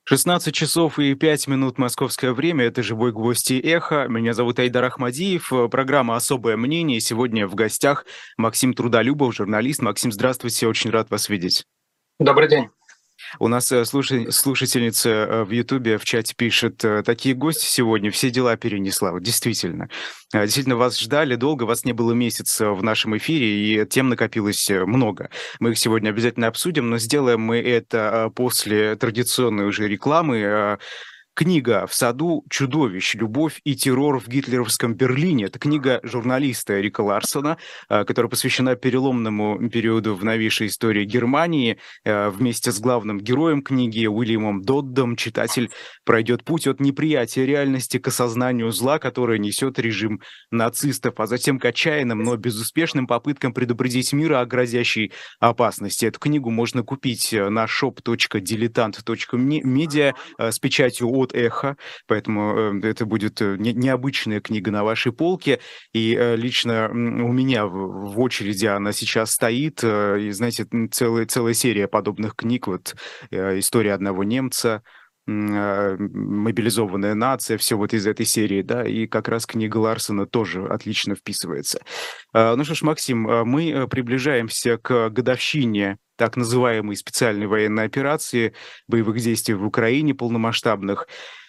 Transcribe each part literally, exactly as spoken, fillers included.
шестнадцать часов и пять минут московское время. Это «Живой гвоздь» и «Эхо». Меня зовут Айдар Ахмадиев. Э, Программа «Особое мнение». Сегодня в гостях Максим Трудолюбов, журналист. Максим, здравствуйте. Очень рад вас видеть. Добрый день. У нас э, слушай- слушательница э, в Ютубе в чате пишет: э, такие гости сегодня, все дела перенесла. Вот действительно. Э, Действительно, вас ждали долго, вас не было месяца в нашем эфире, и тем накопилось э, много. Мы их сегодня обязательно обсудим, но сделаем мы это э, после традиционной уже рекламы. Э, Книга «В саду чудовищ. Любовь и террор в гитлеровском Берлине». Это книга журналиста Рика Ларсона, э, которая посвящена переломному периоду в новейшей истории Германии. Э, Вместе с главным героем книги Уильямом Доддом читатель пройдет путь от неприятия реальности к осознанию зла, которое несет режим нацистов, а затем к отчаянным, но безуспешным попыткам предупредить мир о грозящей опасности. Эту книгу можно купить э, на shop точка diletant точка media э, с печатью от «Эхо», поэтому э, это будет э, не- необычная книга на вашей полке, и э, лично м, у меня в, в очереди она сейчас стоит, э, и, знаете, м, целая, целая серия подобных книг, вот э, «История одного немца», м, э, «Мобилизованная нация», все вот из этой серии, да, и как раз книга Ларсона тоже отлично вписывается. Э, Ну что ж, Максим, э, мы э, приближаемся к годовщине так называемой специальной военной операции, боевых действий в Украине полномасштабных.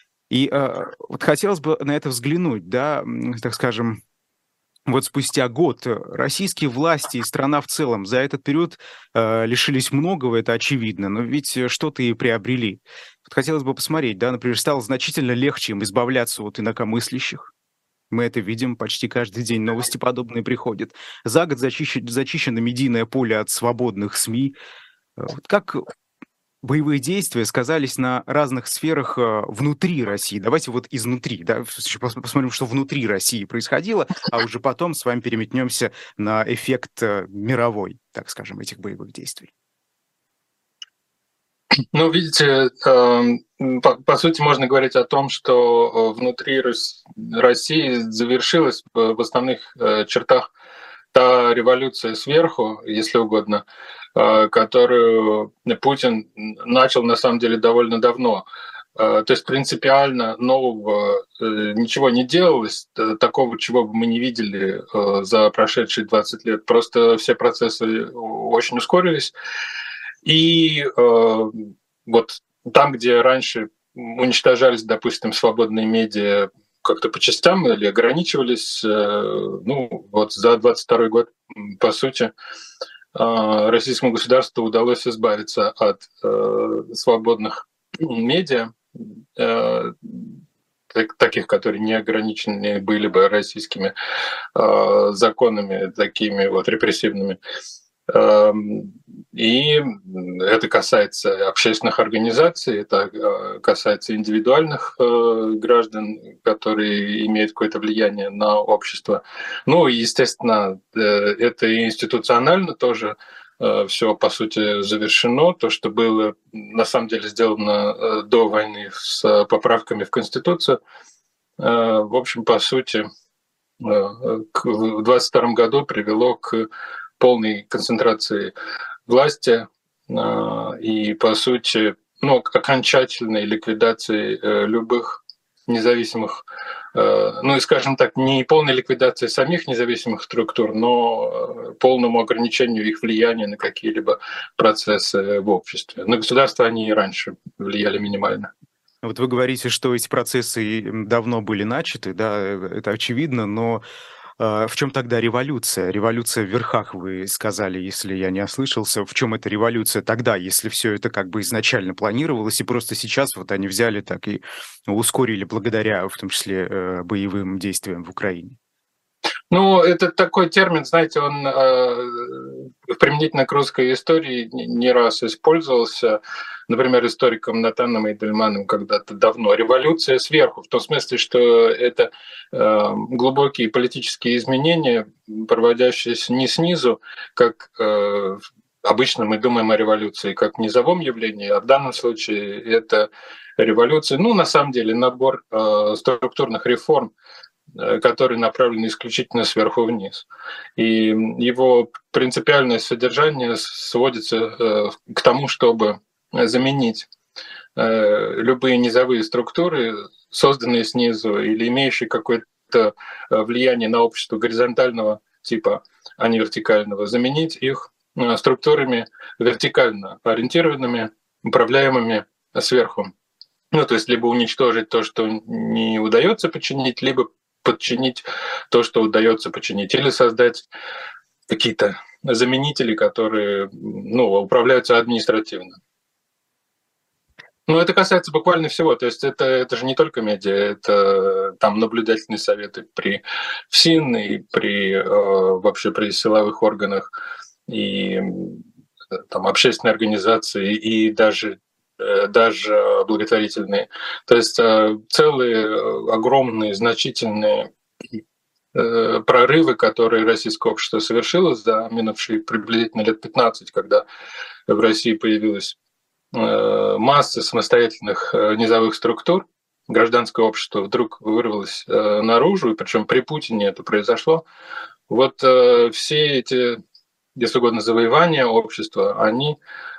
И э, вот хотелось бы на это взглянуть, да, м, так скажем, вот спустя год э, российские власти и страна в целом за этот период э, лишились многого, это очевидно, но ведь э, что-то и приобрели. Вот хотелось бы посмотреть, да, например, стало значительно легче им избавляться от инакомыслящих. Мы это видим почти каждый день, новости подобные приходят. За год зачищ- зачищено медийное поле от свободных СМИ. Э, Вот как боевые действия сказались на разных сферах э, внутри России? Давайте вот изнутри, да, с- пос- посмотрим, что внутри России происходило, а уже потом с вами переметнемся на эффект э, мировой, так скажем, этих боевых действий. Ну, видите, эм, по, по сути, можно говорить о том, что э, внутри Рос- России завершилась в в основных э, чертах та революция сверху, если угодно, э, которую Путин начал на самом деле довольно давно. Э, То есть принципиально нового э, ничего не делалось, т- такого, чего бы мы не видели э, за прошедшие двадцать лет. Просто все процессы очень ускорились. И э, вот там, где раньше уничтожались, допустим, свободные медиа как-то по частям или ограничивались, э, ну вот за двадцать второй год, м, по сути, а, российскому государству удалось избавиться от э, свободных медиа, э, так- таких, которые не ограничены были бы российскими э, законами такими вот репрессивными. Эм, И это касается общественных организаций, это э, касается индивидуальных э, граждан, которые имеют какое-то влияние на общество. Ну и, естественно, э, это и институционально тоже все, по сути, завершено. То, что было на самом деле сделано э, до войны с поправками в Конституцию, э, в общем, по сути, э, к- в двадцать втором году привело к полной концентрации власти а, и, по сути, ну, к окончательной ликвидации э, любых независимых, э, ну и, скажем так, не полной ликвидации самих независимых структур, но э, полному ограничению их влияния на какие-либо процессы в обществе. На государство они и раньше влияли минимально. Вот вы говорите, что эти процессы и, м, давно были начаты, да, э, это очевидно, но а, в чем тогда революция? Революция в верхах, вы сказали, если я не ослышался. В чем эта революция тогда, если все это как бы изначально планировалось, и просто сейчас вот они взяли так и ускорили благодаря, в том числе, э, боевым действиям в Украине? Ну, это такой термин, знаете, он э, применительно к русской истории не не раз использовался, например, историком Натаном Эйдельманом когда-то давно. Революция сверху, в том смысле, что это э, глубокие политические изменения, проводящиеся не снизу, как э, обычно мы думаем о революции как низовом явлении, а в данном случае это революция, ну, на самом деле, набор э, структурных реформ, э, который направлен исключительно сверху вниз. И его принципиальное содержание сводится э, к тому, чтобы заменить э, любые низовые структуры, созданные снизу или имеющие какое-то влияние на общество горизонтального типа, а не вертикального, заменить их структурами вертикально ориентированными, управляемыми сверху. Ну, то есть либо уничтожить то, что не удается починить, либо подчинить то, что удается починить, или создать какие-то заменители, которые, ну, управляются административно. Ну, это касается буквально всего. То есть это, это же не только медиа, это там наблюдательные советы при ФСИН и при, э, вообще при силовых органах, и э, там общественные организации, и даже, э, даже благотворительные. То есть э, целые э, огромные, значительные э, прорывы, которые российское общество совершило за минувшие приблизительно лет пятнадцать, когда в России появилась массы самостоятельных низовых структур, гражданское общество вдруг вырвалось наружу, и причем при Путине это произошло. Вот все эти, если угодно, завоевания общества, они,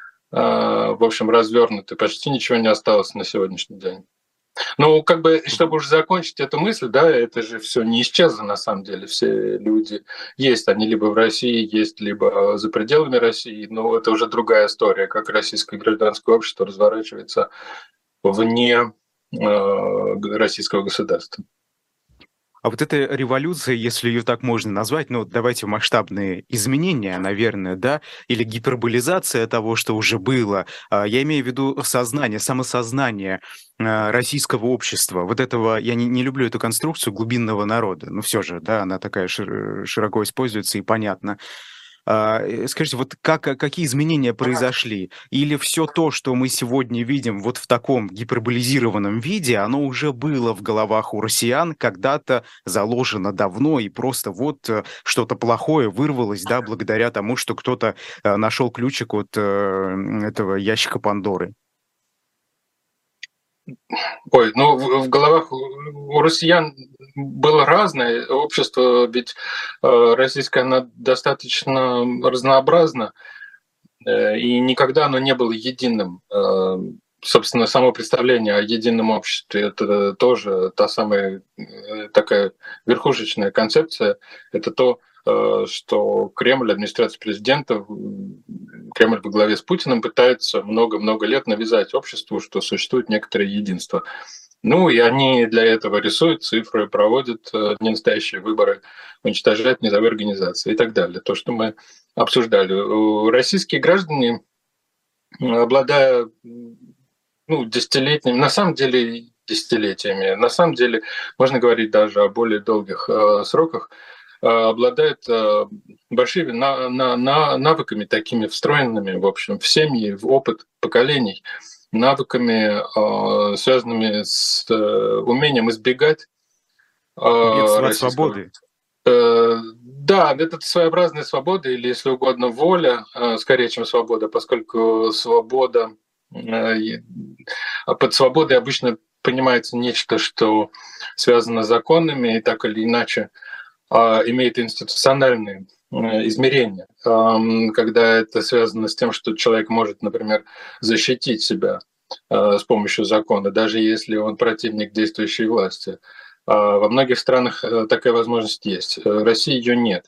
в общем, развернуты. Почти ничего не осталось на сегодняшний день. Ну, как бы, чтобы уже закончить эту мысль, да, это же все не исчезло на самом деле. Все люди есть, они либо в России, есть либо за пределами России, но это уже другая история, как российское гражданское общество разворачивается вне э, российского государства. А вот эта революция, если ее так можно назвать, ну, давайте масштабные изменения, наверное, да, или гиперболизация того, что уже было. Я имею в виду сознание, самосознание российского общества. Вот этого, я не, не люблю эту конструкцию глубинного народа, но все же, да, она такая шир, широко используется и понятно. Скажите, вот как, какие изменения произошли? Или все то, что мы сегодня видим вот в таком гиперболизированном виде, оно уже было в головах у россиян, когда-то заложено давно, и просто вот что-то плохое вырвалось, да, благодаря тому, что кто-то нашел ключик от этого ящика Пандоры? Ой, ну в, в головах у россиян было разное общество, ведь э, российское, оно достаточно разнообразно, э, и никогда оно не было единым. Э, собственно, само представление о едином обществе — это тоже та самая э, такая верхушечная концепция, это то, э, что Кремль, администрация президента, Кремль во главе с Путиным пытается много-много лет навязать обществу, что существует некоторое единство. Ну и они для этого рисуют цифры, проводят ненастоящие выборы, уничтожают низовые организации и так далее. То, что мы обсуждали. Российские граждане, обладая ну, десятилетними, на самом деле десятилетиями, на самом деле можно говорить даже о более долгих э, сроках, э, обладают э, большими на, на, на навыками такими встроенными, в общем, в семьи, в опыт поколений, навыками, э, связанными с э, умением избегать э, Бегство от российского. свободы. Э, да, это своеобразная свобода, или, если угодно, воля, э, скорее, чем свобода, поскольку свобода, э, под свободой обычно понимается нечто, что связано с законами и так или иначе э, имеет институциональные измерения, когда это связано с тем, что человек может, например, защитить себя с помощью закона, даже если он противник действующей власти. Во многих странах такая возможность есть. В России ее нет.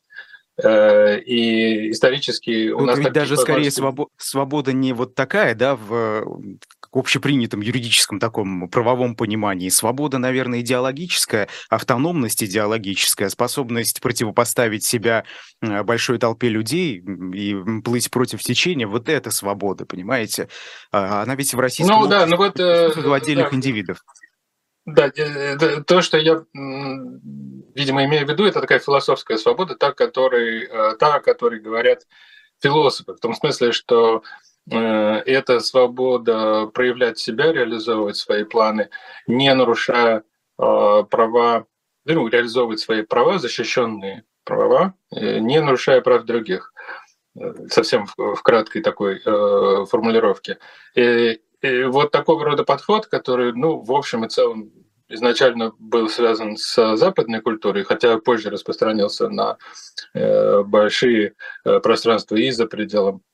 И исторически у Тут нас ведь таких даже скорее возможностей... свобо- свобода не вот такая, да, в общепринятом юридическом таком правовом понимании. Свобода, наверное, идеологическая, автономность идеологическая, способность противопоставить себя большой толпе людей и плыть против течения. Вот это свобода, понимаете? Она ведь в российском Ну да, ну обществе вот... присутствует у Да, отдельных индивидов. да, то, что я, видимо, имею в виду, это такая философская свобода, та, который, та, о которой говорят философы, в том смысле, что это свобода проявлять себя, реализовывать свои планы, не нарушая права, ну, реализовывать свои права, защищенные права, не нарушая прав других. Совсем в краткой такой формулировке. И, и вот такого рода подход, который, ну, в общем и целом, изначально был связан с западной культурой, хотя позже распространился на большие пространства и за пределом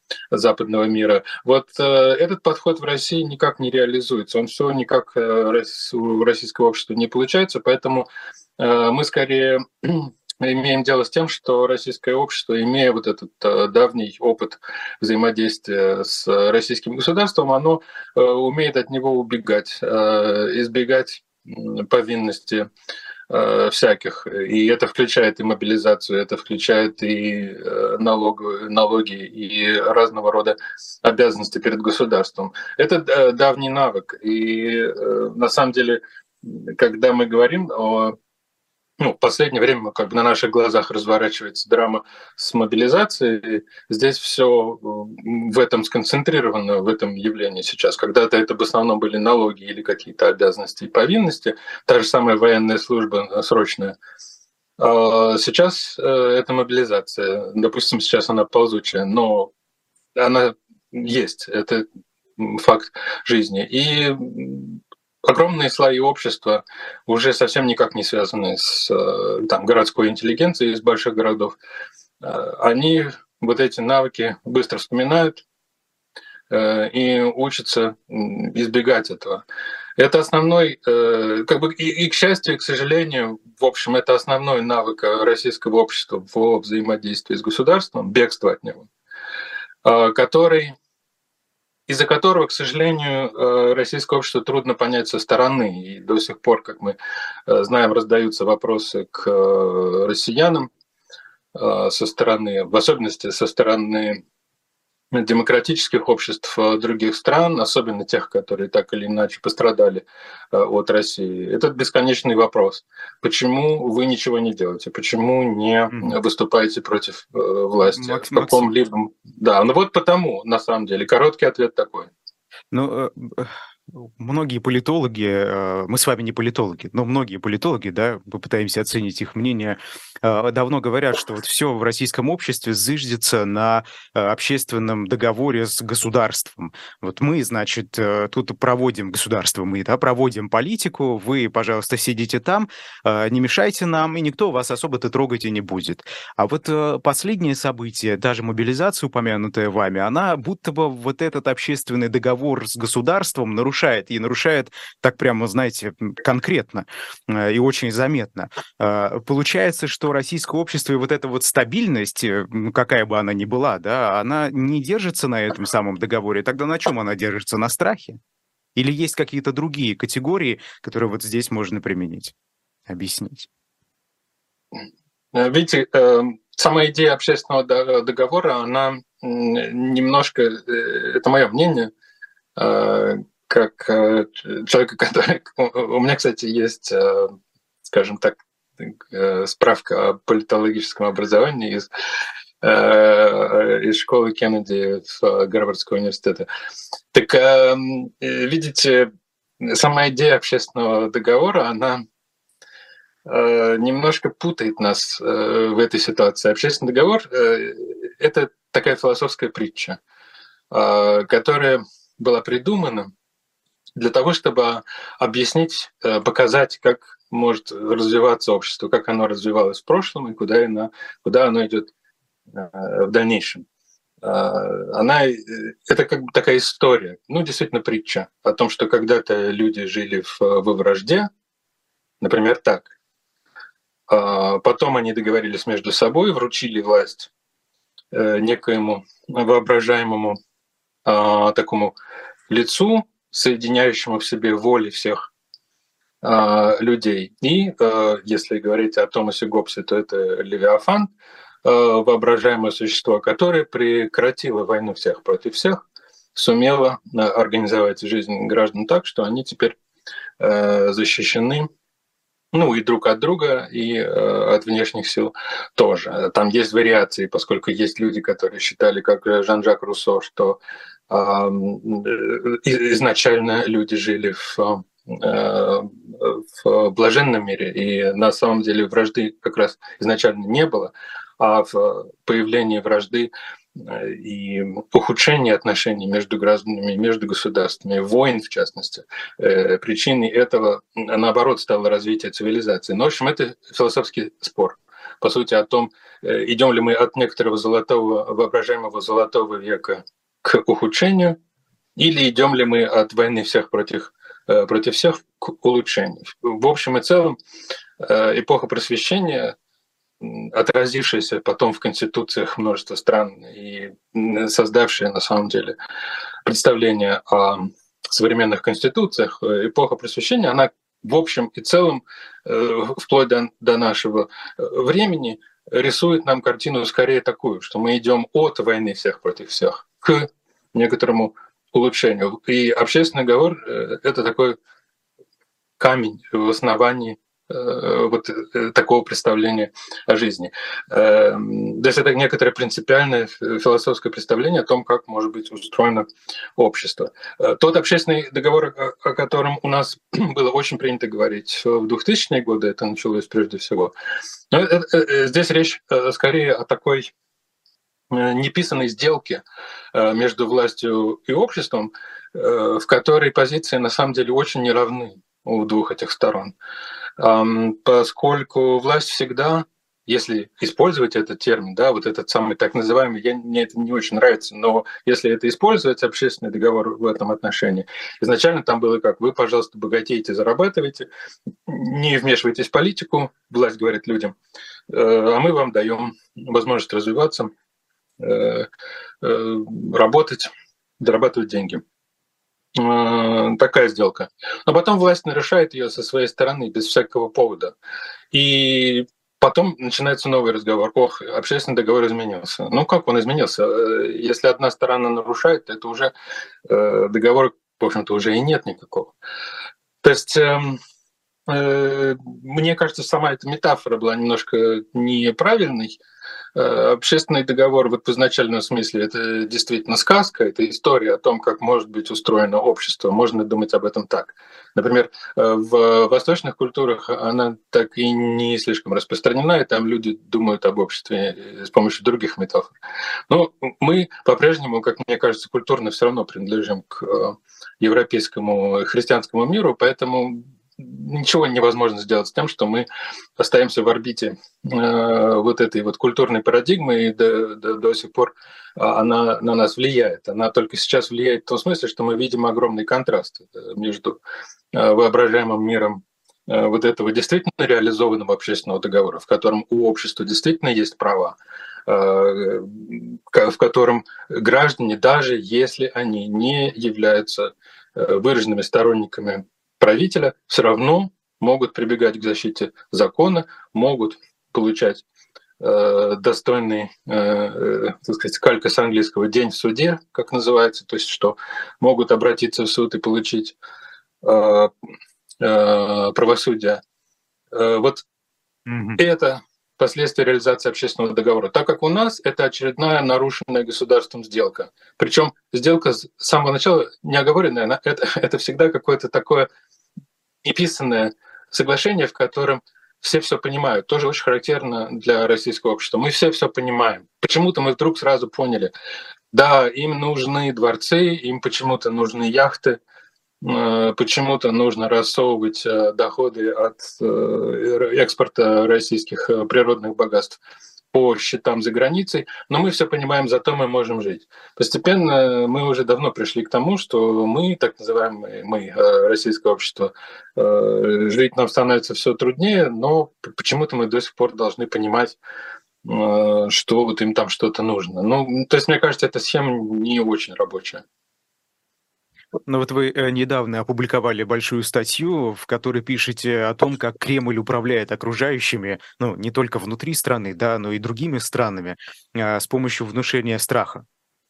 западного мира. Вот э, этот подход в России никак не реализуется, он все никак э, у российского общества не получается, поэтому э, мы скорее имеем дело с тем, что российское общество, имея вот этот э, давний опыт взаимодействия с российским государством, оно э, умеет от него убегать, э, избегать повинности всяких. И это включает и мобилизацию, это включает и налог, налоги, и разного рода обязанности перед государством. Это давний навык. И на самом деле, когда мы говорим о... Ну, в последнее время как бы на наших глазах разворачивается драма с мобилизацией. Здесь все в этом сконцентрировано, в этом явлении сейчас. Когда-то это в основном были налоги или какие-то обязанности и повинности. Та же самая военная служба срочная. А сейчас это мобилизация. Допустим, сейчас она ползучая, но она есть. Это факт жизни. И огромные слои общества, уже совсем никак не связанные с там, городской интеллигенцией из больших городов, они вот эти навыки быстро вспоминают и учатся избегать этого. Это основной, как бы и, и к счастью, и к сожалению, в общем, это основной навык российского общества во взаимодействии с государством, бегство от него, который из-за которого, к сожалению, российское общество трудно понять со стороны. И до сих пор, как мы знаем, раздаются вопросы к россиянам со стороны, в особенности со стороны демократических обществ других стран, особенно тех, которые так или иначе пострадали от России. Этот бесконечный вопрос. Почему вы ничего не делаете? Почему не выступаете против власти? Макс, в каком-либо... Да, ну вот потому, на самом деле. Короткий ответ такой. Ну, многие политологи, мы с вами не политологи, но многие политологи, да, попытаемся оценить их мнение, давно говорят, что вот все в российском обществе зыждется на общественном договоре с государством. Вот мы, значит, тут проводим государство, мы, да, проводим политику, вы, пожалуйста, сидите там, не мешайте нам, и никто вас особо-то трогать и не будет. А вот последнее событие, даже мобилизация, упомянутая вами, она будто бы вот этот общественный договор с государством нарушает, и нарушает так прямо, знаете, конкретно и очень заметно. Получается, что российское общество и вот эта вот стабильность, какая бы она ни была, да, она не держится на этом самом договоре. Тогда на чем она держится? На страхе? Или есть какие-то другие категории, которые вот здесь можно применить? Объяснить. Видите, сама идея общественного договора, она немножко, это мое мнение, как человека, который... У меня, кстати, есть, скажем так, справка о политологическом образовании из, из школы Кеннеди в Гарвардского университета. Так, видите, сама идея общественного договора, она немножко путает нас в этой ситуации. Общественный договор — это такая философская притча, которая была придумана для того, чтобы объяснить, показать, как может развиваться общество, как оно развивалось в прошлом и куда оно, куда оно идет в дальнейшем. Она, это как бы такая история, ну, действительно притча о том, что когда-то люди жили в, во вражде, например, так. Потом они договорились между собой, вручили власть некоему воображаемому такому лицу, соединяющему в себе воли всех э, людей. И э, если говорить о Томасе Гоббсе, то это Левиафан, э, воображаемое существо, которое прекратило войну всех против всех, сумело э, организовать жизнь граждан так, что они теперь э, защищены, ну, и друг от друга, и э, от внешних сил тоже. Там есть вариации, поскольку есть люди, которые считали, как Жан-Жак Руссо, что изначально люди жили в, в блаженном мире, и на самом деле вражды как раз изначально не было, а в появлении вражды и ухудшение отношений между гражданами, между государствами, войн в частности, причиной этого, наоборот, стало развитие цивилизации. Но, в общем, это философский спор. по сути, о том, идем ли мы от некоторого золотого, воображаемого золотого века к ухудшению, или идем ли мы от войны всех против, против всех к улучшению. В общем и целом, эпоха просвещения, отразившаяся потом в конституциях множества стран и создавшая на самом деле представление о современных конституциях, эпоха просвещения, она в общем и целом, вплоть до, до нашего времени, рисует нам картину скорее такую, что мы идем от войны всех против всех к некоторому улучшению. И общественный договор — это такой камень в основании вот такого представления о жизни. То есть это некоторое принципиальное философское представление о том, как может быть устроено общество. Тот общественный договор, о котором у нас было очень принято говорить в двухтысячные годы, это началось прежде всего, здесь речь скорее о такой неписанной сделке между властью и обществом, в которой позиции на самом деле очень неравны у двух этих сторон. Поскольку власть всегда, если использовать этот термин, да, вот этот самый так называемый, я, мне это не очень нравится, но если это использовать, общественный договор в этом отношении, изначально там было как: вы, пожалуйста, богатеете, зарабатывайте, не вмешивайтесь в политику, власть говорит людям, а мы вам даем возможность развиваться, работать, зарабатывать деньги. Такая сделка. Но потом власть нарушает ее со своей стороны без всякого повода. И потом начинается новый разговор. Ох, общественный договор изменился. Ну как он изменился? Если одна сторона нарушает, то это уже договор, в общем-то, уже и нет никакого. То есть мне кажется, сама эта метафора была немножко неправильной. Общественный договор вот в изначальном смысле — это действительно сказка, это история о том, как может быть устроено общество. Можно думать об этом так. Например, в восточных культурах она так и не слишком распространена, и там люди думают об обществе с помощью других метафор. Но мы по-прежнему, как мне кажется, культурно все равно принадлежим к европейскому христианскому миру, поэтому ничего невозможно сделать с тем, что мы остаемся в орбите э, вот этой вот культурной парадигмы, и до, до, до сих пор она на нас влияет. Она только сейчас влияет в том смысле, что мы видим огромный контраст между э, воображаемым миром э, вот этого действительно реализованного общественного договора, в котором у общества действительно есть права, э, в котором граждане, даже если они не являются э, выраженными сторонниками правителя, все равно могут прибегать к защите закона, могут получать э, достойный, э, так сказать, калька с английского «день в суде», как называется, то есть что могут обратиться в суд и получить э, э, правосудие. Э, вот mm-hmm. это последствия реализации общественного договора. Так как у нас это очередная нарушенная государством сделка. Причем сделка с самого начала не оговоренная, это, это всегда какое-то такое неписанное соглашение, в котором все все понимают. Тоже очень характерно для российского общества. Мы все все понимаем. Почему-то мы вдруг сразу поняли, да, им нужны дворцы, им почему-то нужны яхты, почему-то нужно рассовывать доходы от экспорта российских природных богатств по счетам за границей, но мы все понимаем, зато мы можем жить. Постепенно мы уже давно пришли к тому, что мы, так называемые мы, российское общество, жить нам становится все труднее, но почему-то мы до сих пор должны понимать, что вот им там что-то нужно. Ну, то есть, мне кажется, эта схема не очень рабочая. Ну вот вы недавно опубликовали большую статью, в которой пишете о том, как Кремль управляет окружающими, ну, не только внутри страны, да, но и другими странами, с помощью внушения страха.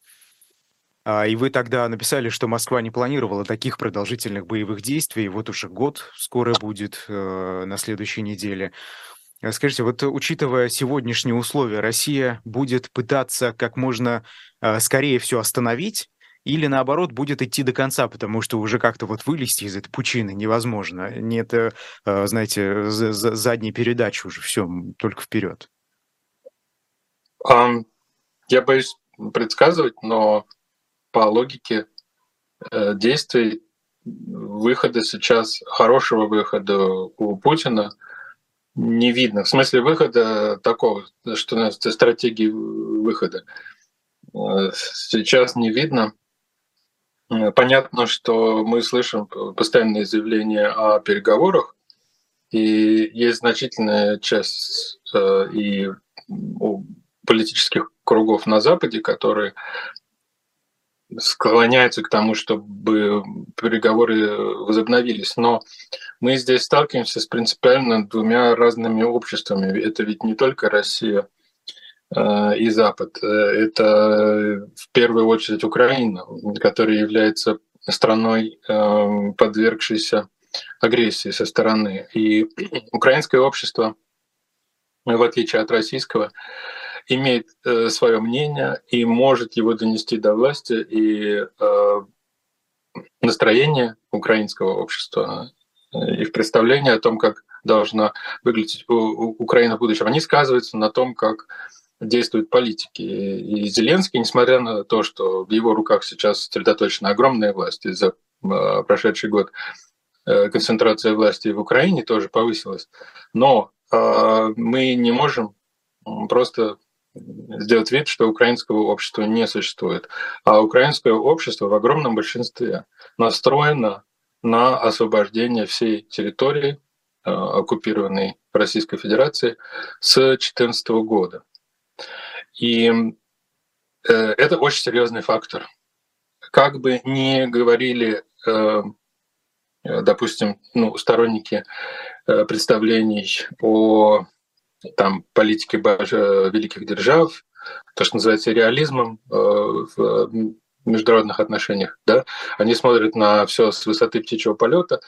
И вы тогда написали, что Москва не планировала таких продолжительных боевых действий, вот уже год скоро будет, на следующей неделе. Скажите, вот учитывая сегодняшние условия, Россия будет пытаться как можно скорее все остановить, или, наоборот, будет идти до конца, потому что уже как-то вот вылезти из этой пучины невозможно. Нет, знаете, задней передачи уже, все, только вперед. Я боюсь предсказывать, но по логике действий выхода сейчас, хорошего выхода у Путина не видно. В смысле выхода такого, что у нас стратегии выхода сейчас не видно. Понятно, что мы слышим постоянные заявления о переговорах, и есть значительная часть э, и у политических кругов на Западе, которые склоняются к тому, чтобы переговоры возобновились. Но мы здесь сталкиваемся с принципиально двумя разными обществами. Это ведь не только Россия э, и Запад. Это в первую очередь Украина, которая является страной, э, подвергшейся агрессии со стороны. И украинское общество, в отличие от российского, имеет э, свое мнение и может его донести до власти. И э, настроение украинского общества и в представлении о том, как должна выглядеть Украина в будущем, они сказываются на том, как действуют политики. И Зеленский, несмотря на то, что в его руках сейчас сосредоточена огромная власть, и за прошедший год концентрация власти в Украине тоже повысилась, но мы не можем просто сделать вид, что украинского общества не существует. А украинское общество в огромном большинстве настроено на освобождение всей территории, оккупированной Российской Федерацией, с две тысячи четырнадцатого года. И это очень серьезный фактор. Как бы ни говорили, допустим, ну, сторонники представлений о там, политике великих держав, то, что называется реализмом в международных отношениях, да, они смотрят на все с высоты птичьего полета,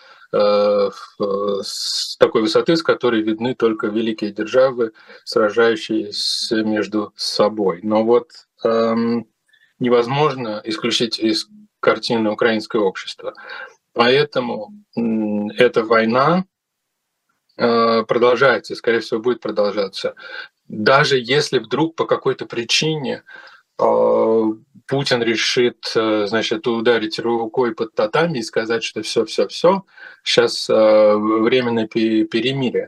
с такой высоты, с которой видны только великие державы, сражающиеся между собой. Но вот эм, невозможно исключить из картины украинское общество. Поэтому м, эта война э, продолжается, и, скорее всего, будет продолжаться. Даже если вдруг по какой-то причине Путин решит, значит, ударить рукой под татами и сказать, что все, все, все, сейчас временное перемирие.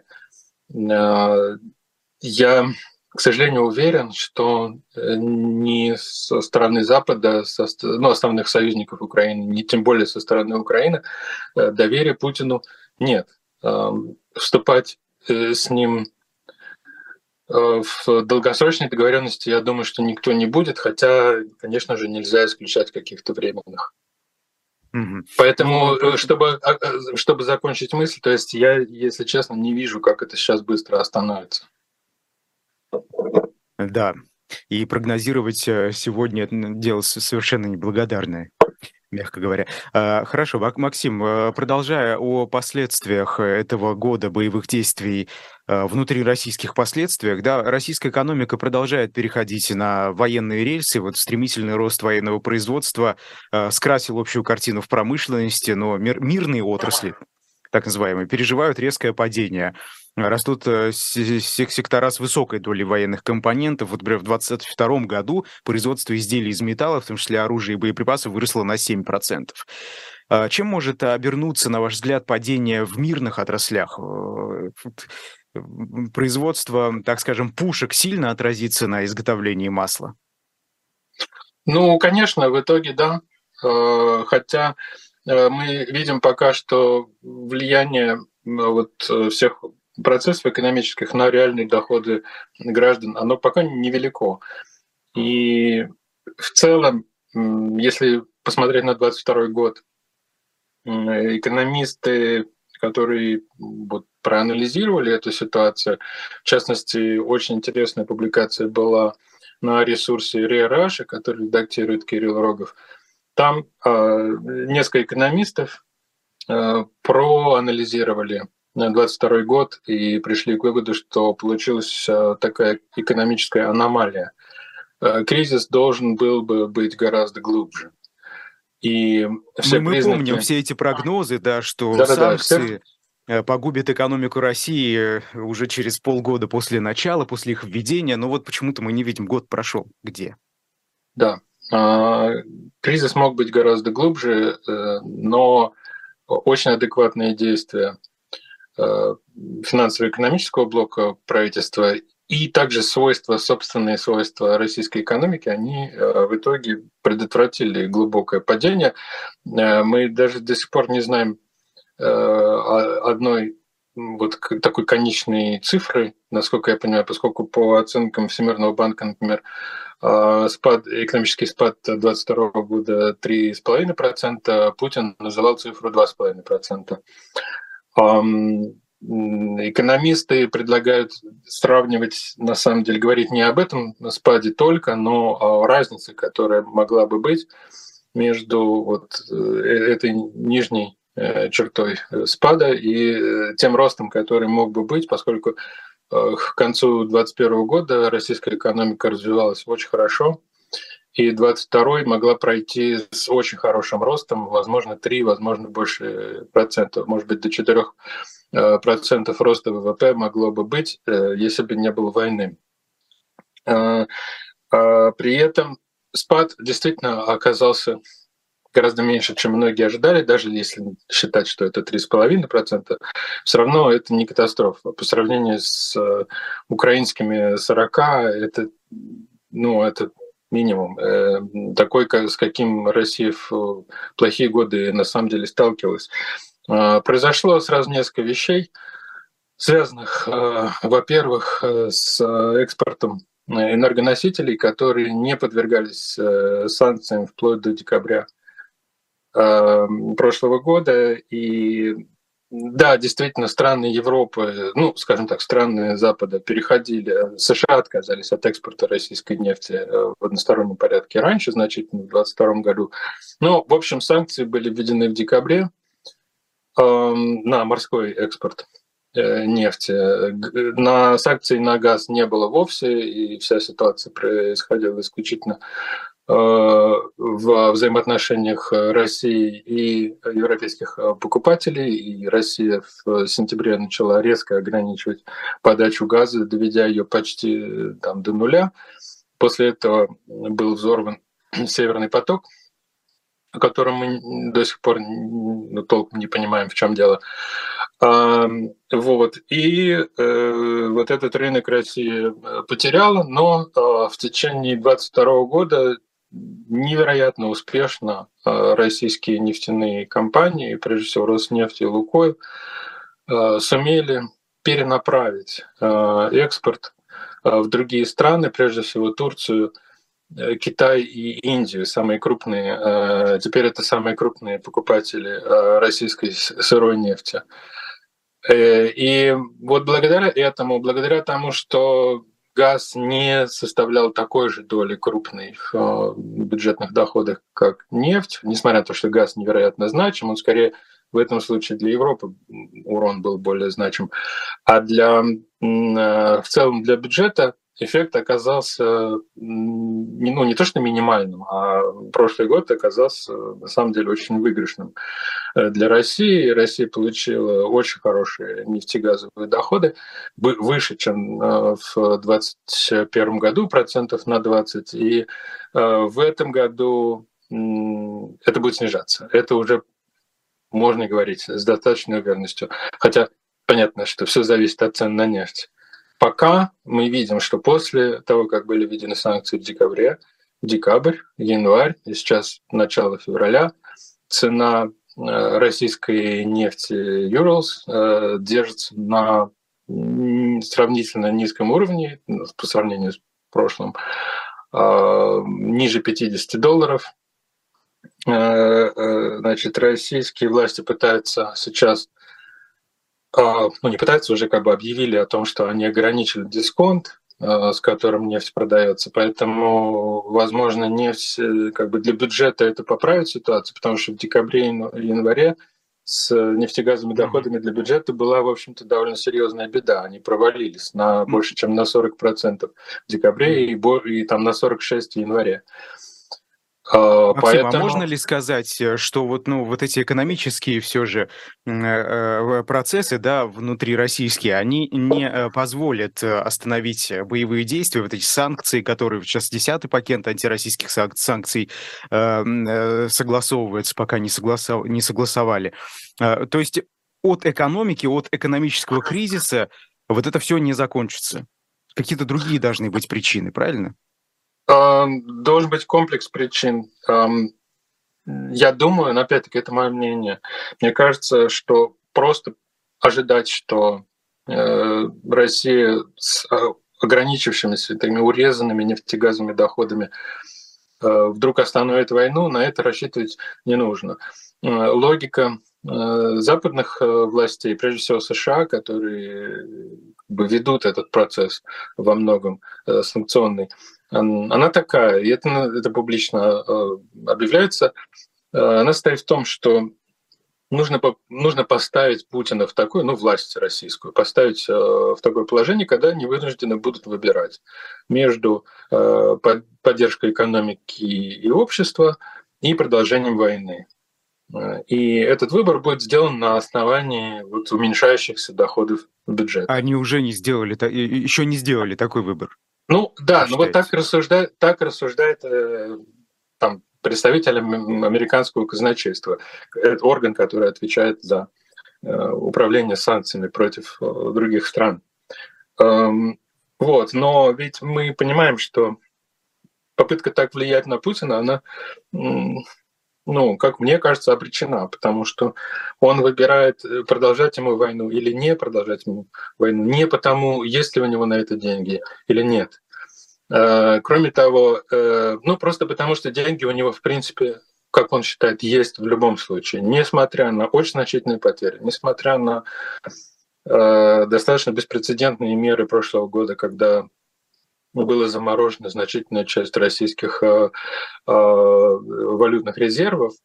Я, к сожалению, уверен, что ни со стороны Запада, со, ну, основных союзников Украины, ни тем более со стороны Украины, доверия Путину нет. Вступать с ним в долгосрочной договоренности, я думаю, что никто не будет, хотя, конечно же, нельзя исключать каких-то временных. Mm-hmm. Поэтому, ну, чтобы, чтобы закончить мысль, то есть я, если честно, не вижу, как это сейчас быстро остановится. Да, и прогнозировать сегодня это дело совершенно неблагодарное, мягко говоря. Хорошо, Максим, продолжая о последствиях этого года боевых действий, внутри российских последствиях, да, российская экономика продолжает переходить на военные рельсы, вот стремительный рост военного производства скрасил общую картину в промышленности, но мир, мирные отрасли, так называемые, переживают резкое падение. Растут сектора с высокой долей военных компонентов. Вот, например, в двадцать втором году производство изделий из металла, в том числе оружия и боеприпасов, выросло на семь процентов. Чем может обернуться, на ваш взгляд, падение в мирных отраслях? Производство, так скажем, пушек сильно отразится на изготовлении масла? Ну, конечно, в итоге да. Хотя мы видим пока, что влияние вот всех процессов экономических на реальные доходы граждан, оно пока невелико. И в целом, если посмотреть на двадцать второй год, экономисты, которые вот проанализировали эту ситуацию, в частности, очень интересная публикация была на ресурсе эр и эй Russia, который редактирует Кирилл Рогов. Там э, несколько экономистов э, проанализировали двадцать второй год и пришли к выводу, что получилась э, такая экономическая аномалия. Э, кризис должен был бы быть гораздо глубже. И все мы, признаки... мы помним все эти прогнозы, да, что да, санкции да, все... погубят экономику России уже через полгода после начала, после их введения, но вот почему-то мы не видим, год прошел. Где? Да. Кризис мог быть гораздо глубже, но очень адекватные действия финансово-экономического блока правительства и также свойства, собственные свойства российской экономики, они в итоге предотвратили глубокое падение. Мы даже до сих пор не знаем одной вот такой конечной цифры, насколько я понимаю, поскольку по оценкам Всемирного банка, например, спад, экономический спад две тысячи двадцать второго года три с половиной процента, Путин называл цифру два с половиной процента. Экономисты предлагают сравнивать, на самом деле, говорить не об этом спаде только, но о разнице, которая могла бы быть между вот этой нижней чертой спада и тем ростом, который мог бы быть, поскольку к концу две тысячи двадцать первого года российская экономика развивалась очень хорошо, и двадцать второй могла пройти с очень хорошим ростом, возможно, три, возможно, больше процентов, может быть, до четырёх процентов роста ВВП могло бы быть, если бы не было войны. При этом спад действительно оказался гораздо меньше, чем многие ожидали, даже если считать, что это три с половиной процента, все равно это не катастрофа. По сравнению с украинскими сорока, это, ну, это минимум, такой, с каким Россия в плохие годы на самом деле сталкивалась. Произошло сразу несколько вещей, связанных, во-первых, с экспортом энергоносителей, которые не подвергались санкциям вплоть до декабря прошлого года. И да, действительно, страны Европы, ну, скажем так, страны Запада переходили, США отказались от экспорта российской нефти в одностороннем порядке раньше, значительно, в двадцать втором году. Но, в общем, санкции были введены в декабре на морской экспорт нефти. На санкций на газ не было вовсе, и вся ситуация происходила исключительно в взаимоотношениях России и европейских покупателей. И Россия в сентябре начала резко ограничивать подачу газа, доведя ее почти там, до нуля. После этого был взорван Северный поток, о котором мы до сих пор ну, толком не понимаем, в чем дело. А, вот. И э, вот этот рынок Россия потеряла, но э, в течение двадцать второго года невероятно успешно э, российские нефтяные компании, прежде всего Роснефть и Лукойл, э, сумели перенаправить э, экспорт э, в другие страны, прежде всего Турцию, Китай и Индию, самые крупные, теперь это самые крупные покупатели российской сырой нефти. И вот благодаря этому, благодаря тому, что газ не составлял такой же доли крупной в бюджетных доходах, как нефть, несмотря на то, что газ невероятно значим, он скорее в этом случае для Европы урон был более значим, а для, в целом для бюджета эффект оказался не, ну, не то что минимальным, а прошлый год оказался на самом деле очень выигрышным для России. Россия получила очень хорошие нефтегазовые доходы, выше, чем в двадцать первом году, процентов на двадцать, и в этом году это будет снижаться. Это уже можно говорить с достаточной уверенностью. Хотя понятно, что все зависит от цен на нефть. Пока мы видим, что после того, как были введены санкции в декабре, декабрь, январь и сейчас начало февраля, цена российской нефти Urals держится на сравнительно низком уровне по сравнению с прошлым, ниже пятидесяти долларов. Значит, российские власти пытаются сейчас, ну не пытаются, уже как бы объявили о том, что они ограничили дисконт, с которым нефть продается, поэтому, возможно, нефть как бы для бюджета это поправит ситуацию, потому что в декабре и январе с нефтегазовыми доходами для бюджета была, в общем-то, довольно серьезная беда. Они провалились на больше, чем на сорок процентов в декабре и, и там на сорок шесть процентов в январе. Максим, Поэтому... а можно ли сказать, что вот, ну, вот эти экономические все же процессы, да, внутри российские, они не позволят остановить боевые действия, вот эти санкции, которые сейчас десятый пакет антироссийских санкций согласовывается, пока не, согласов... не согласовали. То есть от экономики, от экономического кризиса вот это все не закончится. Какие-то другие должны быть причины, правильно? Должен быть комплекс причин. Я думаю, но опять-таки это мое мнение, мне кажется, что просто ожидать, что э, Россия с э, ограничившимися, такими урезанными нефтегазовыми доходами э, вдруг остановит войну, на это рассчитывать не нужно. Э, логика э, западных э, властей, прежде всего США, которые как бы ведут этот процесс во многом э, санкционный, она такая, и это, это публично объявляется, она состоит в том, что нужно, нужно поставить Путина в такое, ну, власть российскую, поставить в такое положение, когда они вынуждены будут выбирать между поддержкой экономики и общества и продолжением войны. И этот выбор будет сделан на основании вот уменьшающихся доходов в бюджет. Они уже не сделали, еще не сделали такой выбор. Ну да, ну вот так рассуждает, так рассуждает э, там, представитель американского казначейства, это орган, который отвечает за э, управление санкциями против э, других стран. Эм, вот, но ведь мы понимаем, что попытка так влиять на Путина, она, ну, как мне кажется, обречена, потому что он выбирает, продолжать ему войну или не продолжать ему войну, не потому, есть ли у него на это деньги или нет. Кроме того, ну, просто потому что деньги у него, в принципе, как он считает, есть в любом случае, несмотря на очень значительные потери, несмотря на достаточно беспрецедентные меры прошлого года, когда была заморожена значительная часть российских э, э, валютных резервов.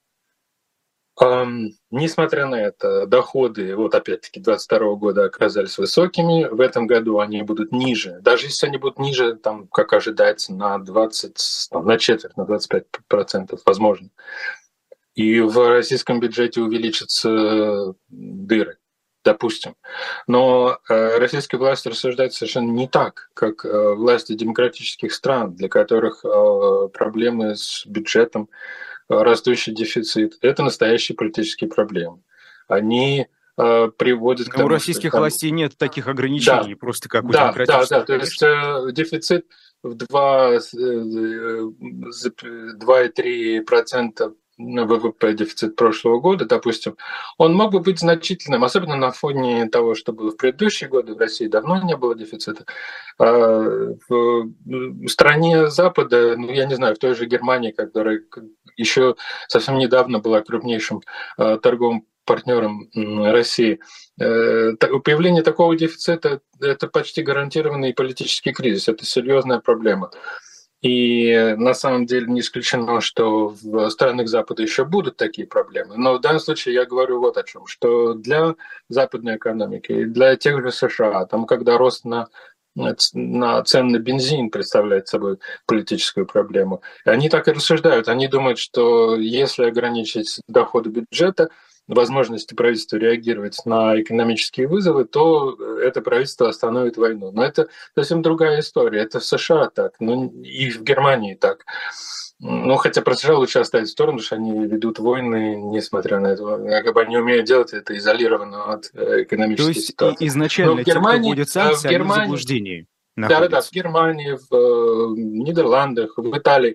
Э, несмотря на это, доходы, вот опять-таки, двадцать второго года оказались высокими, в этом году они будут ниже. Даже если они будут ниже, там, как ожидается, на двадцать, там, на четверть, на двадцать пять процентов, возможно. И в российском бюджете увеличатся дыры. Допустим. Но э, российские власти рассуждают совершенно не так, как э, власти демократических стран, для которых э, проблемы с бюджетом, э, растущий дефицит – это настоящие политические проблемы. Они э, приводят к Но тому, у российских что там... властей нет таких ограничений, да, просто как у да, демократических. Да, да, то есть э, дефицит в два и три процента ВВП дефицит прошлого года, допустим, он мог бы быть значительным, особенно на фоне того, что было в предыдущие годы. В России давно не было дефицита. В стране Запада, ну, я не знаю, в той же Германии, которая еще совсем недавно была крупнейшим торговым партнером России, появление такого дефицита – это почти гарантированный политический кризис, это серьезная проблема. И на самом деле не исключено, что в странах Запада еще будут такие проблемы. Но в данном случае я говорю вот о чем, что для западной экономики, для тех же США, там, когда рост на, на цены на бензин представляет собой политическую проблему, они так и рассуждают. Они думают, что если ограничить доходы бюджета, возможности правительства реагировать на экономические вызовы, то это правительство остановит войну. Но это совсем другая история. Это в США так, ну и в Германии так. Ну, хотя про США лучше оставить в сторону, потому что они ведут войны, несмотря на это. Как бы они умеют делать это изолированно от экономической То есть ситуации. изначально Но в Германии, те, кто вводит санкции, в Германии, они в заблуждении находятся. Да-да-да, в Германии, в Нидерландах, в Италии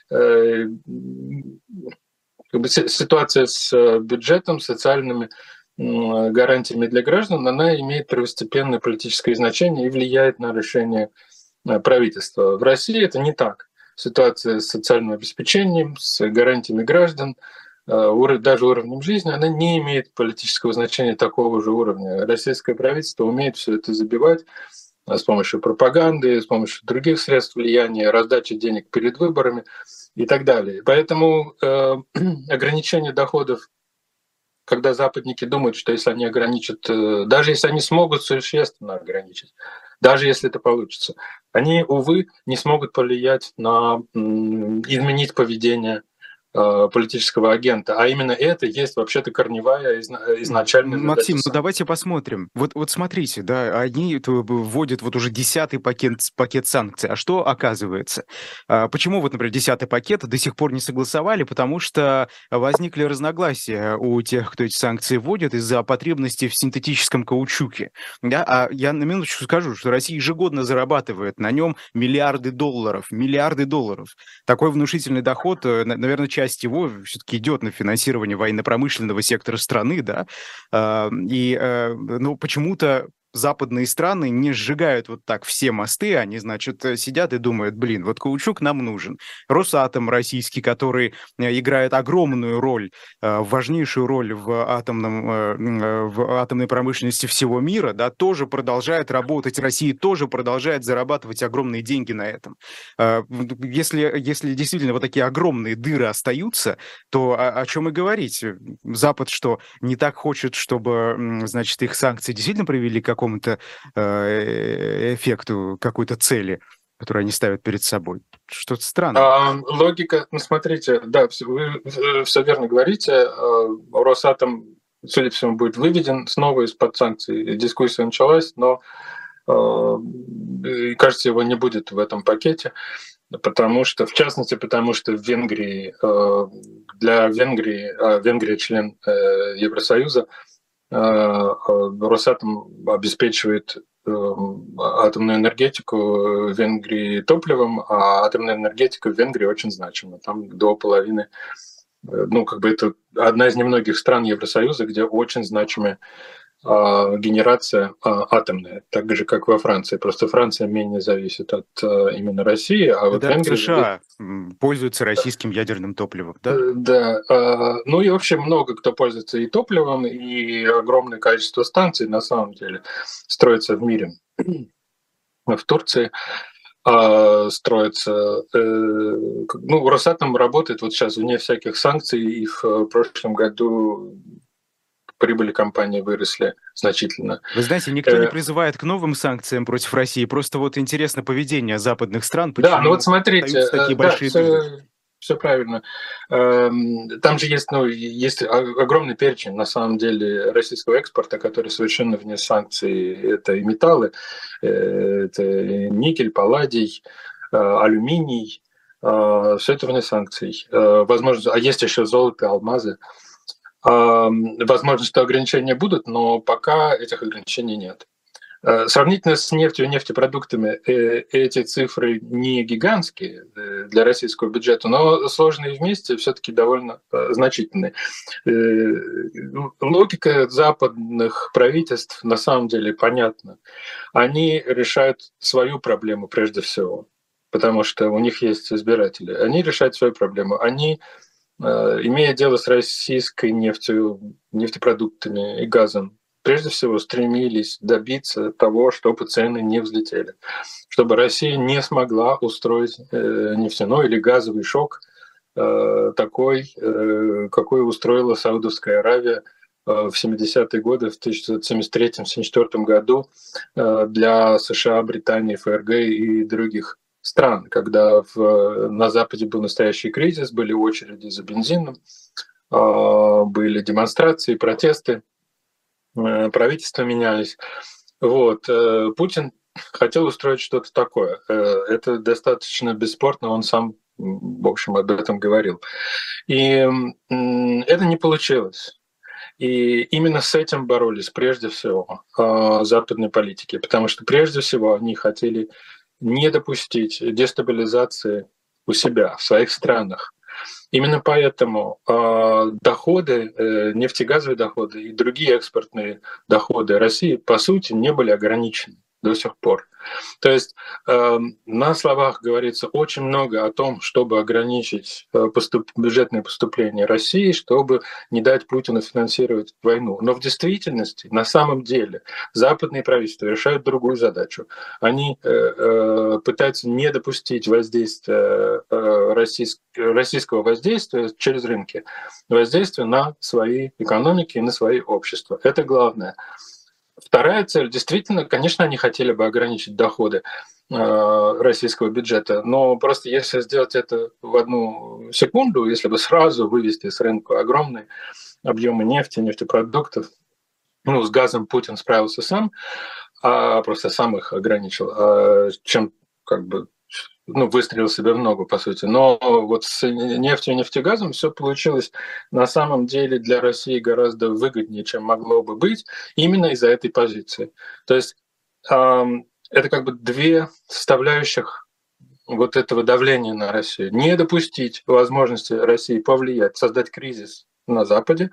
как бы ситуация с бюджетом, социальными гарантиями для граждан, она имеет первостепенное политическое значение и влияет на решение правительства. В России это не так. Ситуация с социальным обеспечением, с гарантиями граждан, даже уровнем жизни, она не имеет политического значения такого же уровня. Российское правительство умеет все это забивать с помощью пропаганды, с помощью других средств влияния, раздачи денег перед выборами и так далее. Поэтому э, ограничение доходов, когда западники думают, что если они ограничат, э, даже если они смогут существенно ограничить, даже если это получится, они, увы, не смогут повлиять на э, изменить поведение политического агента, а именно это есть вообще-то корневая изначальная задача. Максим, ну давайте посмотрим. Вот, вот смотрите, да, они вводят вот уже десятый пакет, пакет санкций. А что оказывается? Почему вот, например, десятый пакет до сих пор не согласовали? Потому что возникли разногласия у тех, кто эти санкции вводит, из-за потребности в синтетическом каучуке. Да? А я на минуточку скажу, что Россия ежегодно зарабатывает на нем миллиарды долларов. Миллиарды долларов. Такой внушительный доход, наверное, часть его все-таки идет на финансирование военно-промышленного сектора страны, да, и, ну, почему-то западные страны не сжигают вот так все мосты, они, значит, сидят и думают, блин, вот каучук нам нужен. Росатом российский, который играет огромную роль, важнейшую роль в, атомном, в атомной промышленности всего мира, да, тоже продолжает работать, Россия тоже продолжает зарабатывать огромные деньги на этом. Если, если действительно вот такие огромные дыры остаются, то о, о чем и говорить? Запад что, не так хочет, чтобы, значит, их санкции действительно привели к какому какому-то э, эффекту, какой-то цели, которую они ставят перед собой. Что-то странное. А, логика, ну смотрите, да, вы все верно говорите. Росатом, судя по всему, будет выведен снова из-под санкций. Дискуссия началась, но, кажется, его не будет в этом пакете. Потому что, в частности, потому что в Венгрии, для Венгрии, а Венгрия член Евросоюза, Росатом обеспечивает атомную энергетику в Венгрии топливом, а атомная энергетика в Венгрии очень значима. Там до половины, ну, как бы это одна из немногих стран Евросоюза, где очень значимая генерация атомная, так же, как во Франции. Просто Франция менее зависит от именно России, а вот да, Венгрия... США пользуются российским ядерным топливом, да? Да. Ну и вообще много кто пользуется и топливом, и огромное количество станций на самом деле строится в мире. В Турции строится... Ну, Росатом работает вот сейчас вне всяких санкций, и в прошлом году прибыли компании выросли значительно. Вы знаете, никто не призывает к новым санкциям против России, просто вот интересно поведение западных стран, почему да, ну вот смотрите, такие да, большие все, все правильно. Там же есть, ну, есть огромный перечень, на самом деле, российского экспорта, который совершенно вне санкций. Это и металлы, это никель, палладий, алюминий, все это вне санкций. Возможно, а есть еще золото, алмазы. Возможно, что ограничения будут, но пока этих ограничений нет. Сравнительно с нефтью и нефтепродуктами эти цифры не гигантские для российского бюджета, но сложные вместе все-таки довольно значительные. Логика западных правительств на самом деле понятна. Они решают свою проблему прежде всего, потому что у них есть избиратели. Они решают свою проблему. Они, имея дело с российской нефтью, нефтепродуктами и газом, прежде всего стремились добиться того, чтобы цены не взлетели, чтобы Россия не смогла устроить нефтяной или газовый шок такой, какой устроила Саудовская Аравия в семидесятые годы, в тысяча девятьсот семьдесят третьем — семьдесят четвёртом году для США, Британии, ФРГ и других стран, когда в, на Западе был настоящий кризис, были очереди за бензином, были демонстрации, протесты, правительства менялись. Вот. Путин хотел устроить что-то такое. Это достаточно бесспорно, он сам, в общем, об этом говорил. И это не получилось. И именно с этим боролись прежде всего западные политики, потому что прежде всего они хотели не допустить дестабилизации у себя, в своих странах. Именно поэтому э, доходы, э, нефтегазовые доходы и другие экспортные доходы России, по сути, не были ограничены до сих пор. То есть э, на словах говорится очень много о том, чтобы ограничить поступ- бюджетные поступления России, чтобы не дать Путину финансировать войну. Но в действительности, на самом деле, западные правительства решают другую задачу. Они э, э, пытаются не допустить воздействия э, российск- российского воздействия через рынки, воздействия на свои экономики и на свои общества. Это главное. Вторая цель, действительно, конечно, они хотели бы ограничить доходы российского бюджета, но просто если сделать это в одну секунду, если бы сразу вывести с рынка огромные объемы нефти, нефтепродуктов, ну, с газом Путин справился сам, а просто сам их ограничил, а чем как бы ну, выстрелил себе в ногу, по сути. Но вот с нефтью и нефтегазом все получилось на самом деле для России гораздо выгоднее, чем могло бы быть, именно из-за этой позиции. То есть эм, это как бы две составляющих вот этого давления на Россию. Не допустить возможности России повлиять, создать кризис на Западе,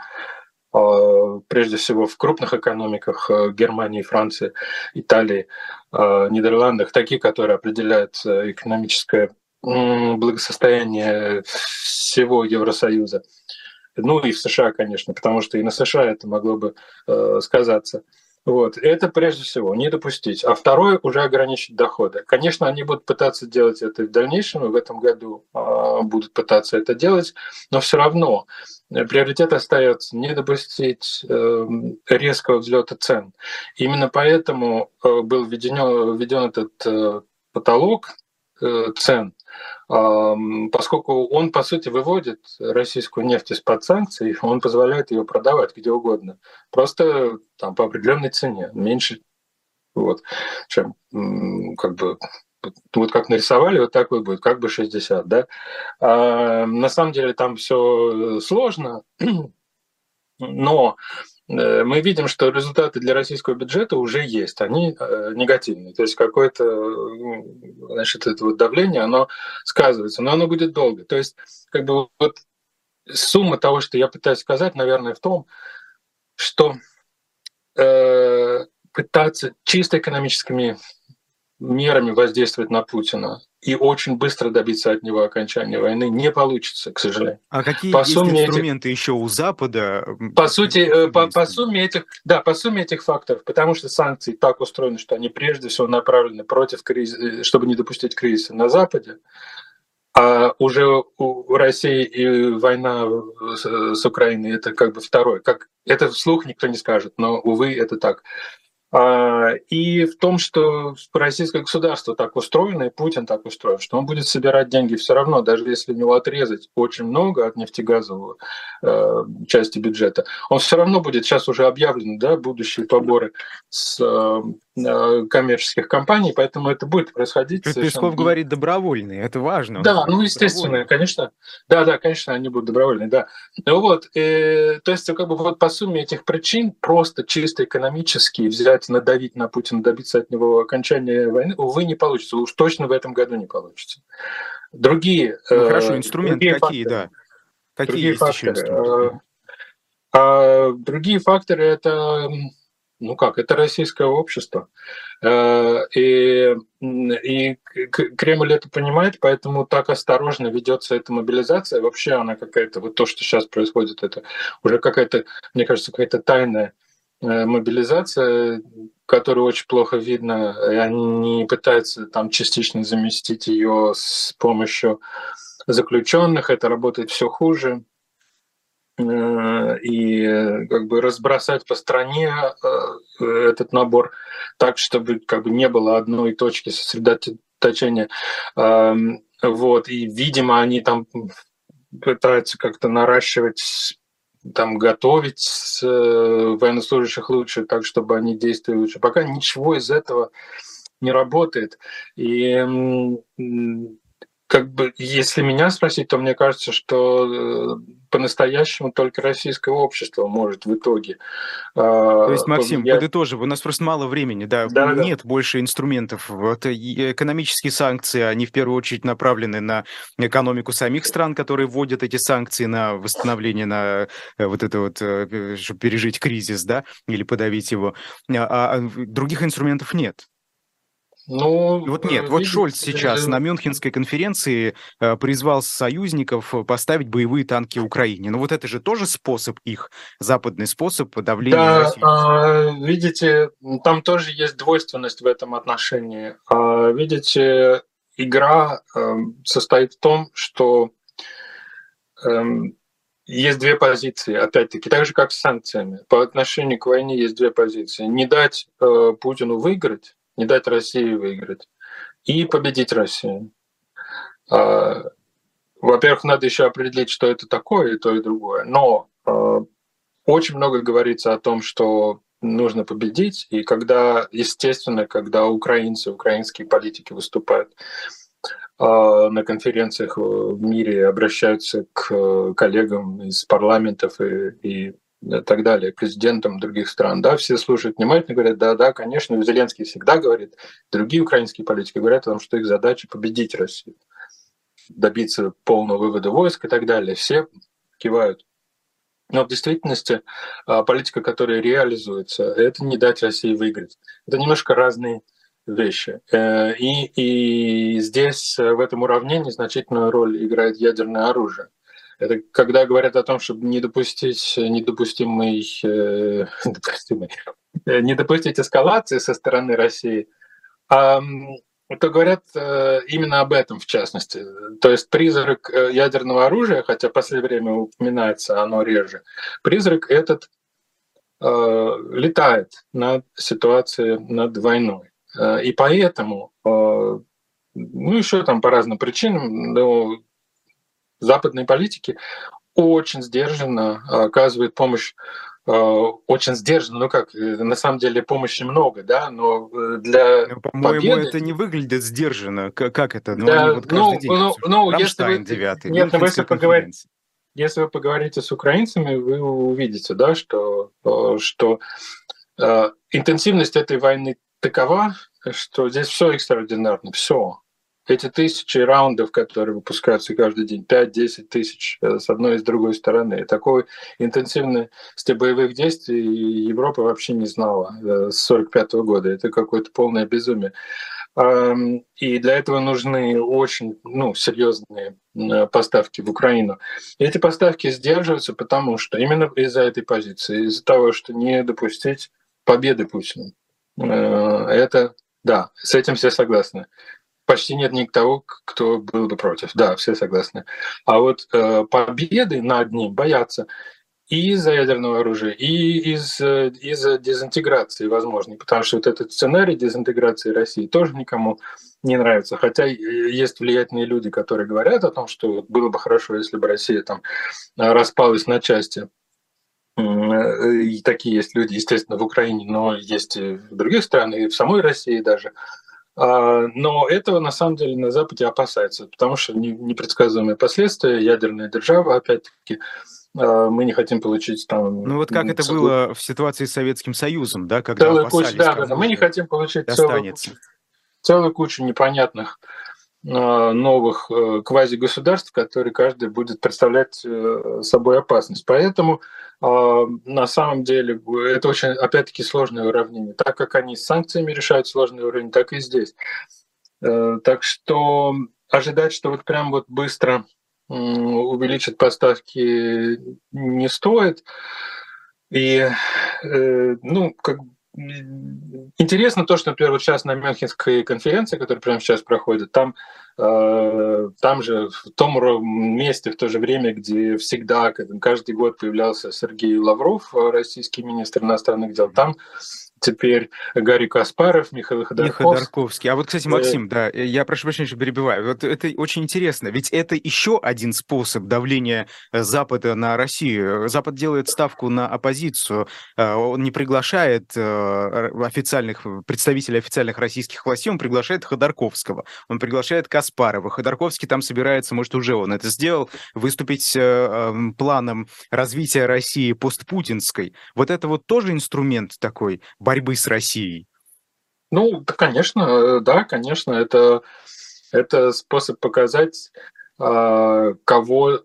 прежде всего в крупных экономиках Германии, Франции, Италии, Нидерландах, такие, которые определяют экономическое благосостояние всего Евросоюза. Ну и в США, конечно, потому что и на США это могло бы сказаться. Вот. Это прежде всего не допустить. А второе уже ограничить доходы. Конечно, они будут пытаться делать это и в дальнейшем, и в этом году э, будут пытаться это делать, но все равно приоритет остается не допустить э, резкого взлета цен. Именно поэтому э, был введен, введен этот э, потолок э, цен, поскольку он, по сути, выводит российскую нефть из-под санкций, он позволяет ее продавать где угодно, просто там, по определенной цене, меньше, вот, чем как бы вот как нарисовали, вот так вот будет, как бы шестьдесят, да. А на самом деле там все сложно, но мы видим, что результаты для российского бюджета уже есть, они негативные. То есть какое-то, значит, это вот давление, оно сказывается, но оно будет долго. То есть как бы вот сумма того, что я пытаюсь сказать, наверное, в том, что э, пытаться чисто экономическими мерами воздействовать на Путина и очень быстро добиться от него окончания войны не получится, к сожалению. А какие По есть сумме инструменты этих... еще у Запада? По сути, по, по сумме этих, да, по сумме этих факторов, потому что санкции так устроены, что они прежде всего направлены против кризиса, чтобы не допустить кризиса на Западе, а уже у России и война с, с Украиной это как бы второе. Как это вслух никто не скажет, но увы, это так. И в том, что российское государство так устроено, и Путин так устроен, что он будет собирать деньги все равно, даже если у него отрезать очень много от нефтегазовой э, части бюджета, он все равно будет, сейчас уже объявлены, да, будущие поборы с э, коммерческих компаний, поэтому это будет происходить совершенно... Песков говорит добровольные, это важно. Да, ну естественно, конечно, да, да, конечно, они будут добровольные, да. Ну вот, э, то есть как бы вот по сумме этих причин просто чисто экономически взять, надавить на Путина, добиться от него окончания войны, увы, не получится, уж точно в этом году не получится. Другие, ну хорошо, э, инструменты другие какие, факторы, да? Какие другие есть еще факторы, инструменты? э, а другие факторы это, ну как, это российское общество. И, и Кремль это понимает, поэтому так осторожно ведется эта мобилизация. Вообще она какая-то, вот то, что сейчас происходит, это уже какая-то, мне кажется, какая-то тайная мобилизация, которую очень плохо видно, и они пытаются там частично заместить ее с помощью заключенных. Это работает все хуже. И как бы разбросать по стране этот набор так, чтобы как бы не было одной точки сосредоточения. Вот. И, видимо, они там пытаются как-то наращивать, там, готовить военнослужащих лучше, так, чтобы они действовали лучше. Пока ничего из этого не работает. И как бы, если меня спросить, то мне кажется, что по-настоящему только российское общество может в итоге То есть, Максим, повлиять. подытожив, у нас просто мало времени, да, Да, да. нет больше инструментов. Вот экономические санкции, они в первую очередь направлены на экономику самих стран, которые вводят эти санкции на восстановление, на вот это вот, чтобы пережить кризис, да, или подавить его. А других инструментов нет. Ну, вот нет, вот видите, Шольц сейчас на Мюнхенской конференции э, призвал союзников поставить боевые танки Украине. Но вот это же тоже способ их, западный способ подавления на да, Россию. а, видите, там тоже есть двойственность в этом отношении. А, видите, игра э, состоит в том, что э, есть две позиции, опять-таки, так же, как с санкциями. По отношению к войне есть две позиции. Не дать э, Путину выиграть, не дать России выиграть, и победить Россию. А, во-первых, надо еще определить, что это такое, и то, и другое. Но э, очень много говорится о том, что нужно победить, и когда, естественно, когда украинцы, украинские политики выступают на конференциях в мире, обращаются к коллегам из парламентов и, и так далее, к президентам других стран, да, все слушают внимательно, говорят, да, да, конечно, Зеленский всегда говорит, другие украинские политики говорят о том, что их задача победить Россию, добиться полного вывода войск и так далее. Все кивают. Но в действительности политика, которая реализуется, это не дать России выиграть. Это немножко разные вещи. И, и здесь в этом уравнении значительную роль играет ядерное оружие. Это когда говорят о том, чтобы не допустить недопустимый, э, допустимый, не допустить эскалации со стороны России, а то говорят именно об этом в частности. То есть призрак ядерного оружия, хотя в последнее время упоминается оно реже, призрак этот э, летает над ситуацией, над войной. И поэтому, э, ну еще там по разным причинам, но западные политики очень сдержанно оказывают помощь, очень сдержанно, ну как, на самом деле помощи много, да, но для Ну, по-моему, победы... это не выглядит сдержанно. Как, как это? Ну, они Да, вот каждый ну, день ну, обсуждают. ну, если вы, Рамштайн девятый, нет, ну, если Мюнхенская поговорить, конференция. если вы поговорите с украинцами, вы увидите, да, что, что э, интенсивность этой войны такова, что здесь все экстраординарно, все. Эти тысячи раундов, которые выпускаются каждый день, пять-десять тысяч с одной и с другой стороны. Такой интенсивности боевых действий Европа вообще не знала с сорок пятого года. Это какое-то полное безумие. И для этого нужны очень ну, серьезные поставки в Украину. И эти поставки сдерживаются, потому что именно из-за этой позиции, из-за того, что не допустить победы Путина. Это, да, с этим все согласны. Почти нет никого, кто был бы против. Да, все согласны. А вот э, победы над ним боятся и из-за ядерного оружия, и из, из-за дезинтеграции возможной. Потому что вот этот сценарий дезинтеграции России тоже никому не нравится. Хотя есть влиятельные люди, которые говорят о том, что было бы хорошо, если бы Россия там распалась на части. И такие есть люди, естественно, в Украине, но есть и в других странах, и в самой России даже. Но этого на самом деле на Западе опасаются, потому что непредсказуемые последствия, ядерная держава, опять-таки, мы не хотим получить там... Ну вот как это целую, было в ситуации с Советским Союзом, да, когда целую кучу, опасались, да, да, да, кому мы не же хотим получить целую кучу, достанется. целую кучу непонятных новых квазигосударств, которые каждый будет представлять собой опасность. Поэтому на самом деле это очень, опять-таки, сложное уравнение. Так как они с санкциями решают сложный уровень, так и здесь. Так что ожидать, что вот прям вот быстро увеличат поставки, не стоит. И, ну, как интересно то, что, например, вот сейчас на Мюнхенской конференции, которая прямо сейчас проходит, там, там же в том месте, в то же время, где всегда, каждый год появлялся Сергей Лавров, российский министр иностранных дел, там теперь Гарри Каспаров, Михаил И Ходорковский. Ходорковский. А вот, кстати, Максим, да, я прошу прощения, что перебиваю. Вот это очень интересно, ведь это еще один способ давления Запада на Россию. Запад делает ставку на оппозицию, он не приглашает официальных представителей официальных российских властей, он приглашает Ходорковского, он приглашает Каспарова. Ходорковский там собирается, может, уже он это сделал, выступить с планом развития России постпутинской. Вот это вот тоже инструмент такой борьбы с Россией? Ну, да, конечно, да, конечно, это, это способ показать, кого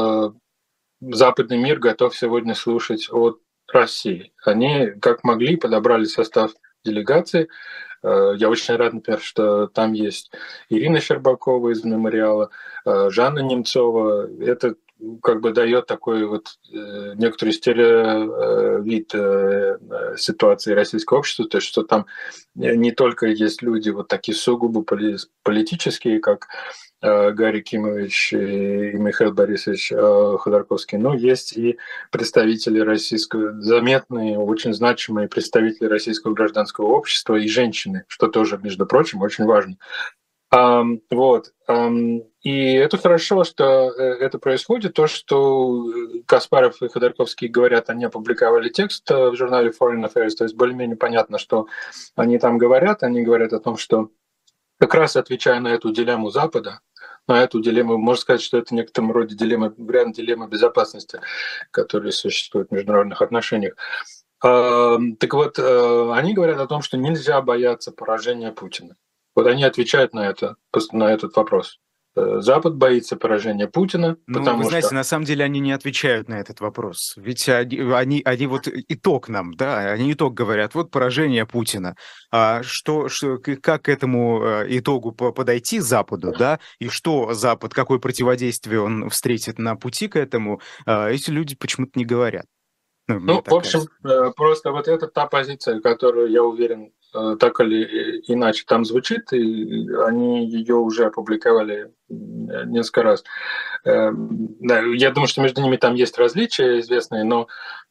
западный мир готов сегодня слушать от России. Они, как могли, подобрали состав делегации. Я очень рад, например, что там есть Ирина Щербакова из «Мемориала», Жанна Немцова. Это как бы дает такой вот э, некоторый стереовид э, ситуации российского общества, то есть что там не только есть люди вот такие сугубо политические, как Гарри Кимович и Михаил Борисович Ходорковский, но есть и представители российского, заметные, очень значимые представители российского гражданского общества и женщины, что тоже, между прочим, очень важно. Um, вот. Um, и это хорошо, что это происходит. То, что Каспаров и Ходорковский говорят, они опубликовали текст в журнале Foreign Affairs, то есть более-менее понятно, что они там говорят. Они говорят о том, что как раз отвечая на эту дилемму Запада, на эту дилемму, можно сказать, что это в некотором роде дилемма, вариант дилеммы безопасности, который существует в международных отношениях. Так вот, они говорят о том, что нельзя бояться поражения Путина. Вот они отвечают на это, на этот вопрос. Запад боится поражения Путина, Ну, потому вы знаете, что... на самом деле они не отвечают на этот вопрос. Ведь они, они, они вот итог нам, да, они итог говорят, вот поражение Путина. А что, что, как к этому итогу подойти Западу, да, и что Запад, какое противодействие он встретит на пути к этому, эти люди почему-то не говорят. Ну, ну в общем, кажется. Просто вот это та позиция, которую, я уверен, так или иначе там звучит, и они ее уже опубликовали несколько раз. Да, я думаю, что между ними там есть различия известные, но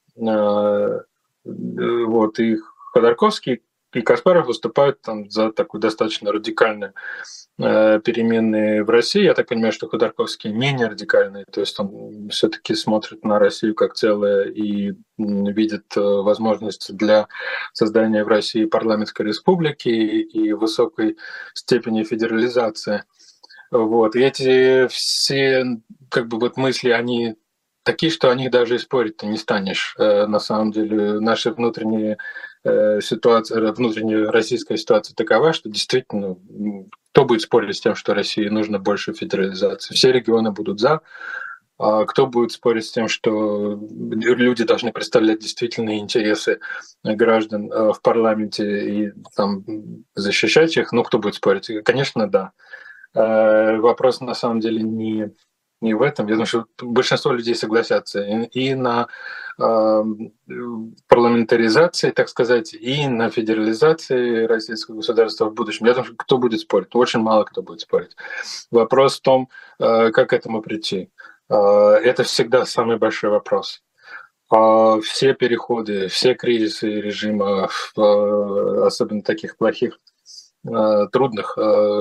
вот и Ходорковский, и Каспаров выступают там за такую достаточно радикальную перемены в России. Я так понимаю, что Ходорковский менее радикальный, то есть он все-таки смотрит на Россию как целое и видит возможность для создания в России парламентской республики и высокой степени федерализации. Вот. И эти все как бы вот мысли, они такие, что о них даже и спорить-то не станешь. На самом деле наши внутренние ситуация, внутренняя российская ситуация такова, что действительно кто будет спорить с тем, что России нужно больше федерализации? Все регионы будут за. А кто будет спорить с тем, что люди должны представлять действительные интересы граждан в парламенте и там, защищать их? Ну, кто будет спорить? Конечно, да. Вопрос на самом деле не, не в этом. Я думаю, что большинство людей согласятся и на э, парламентаризации, так сказать, и на федерализации российского государства в будущем. Я думаю, что кто будет спорить? Очень мало кто будет спорить. Вопрос в том, э, как к этому прийти. Э, это всегда самый большой вопрос. Э, все переходы, все кризисы режима, э, особенно таких плохих, трудных,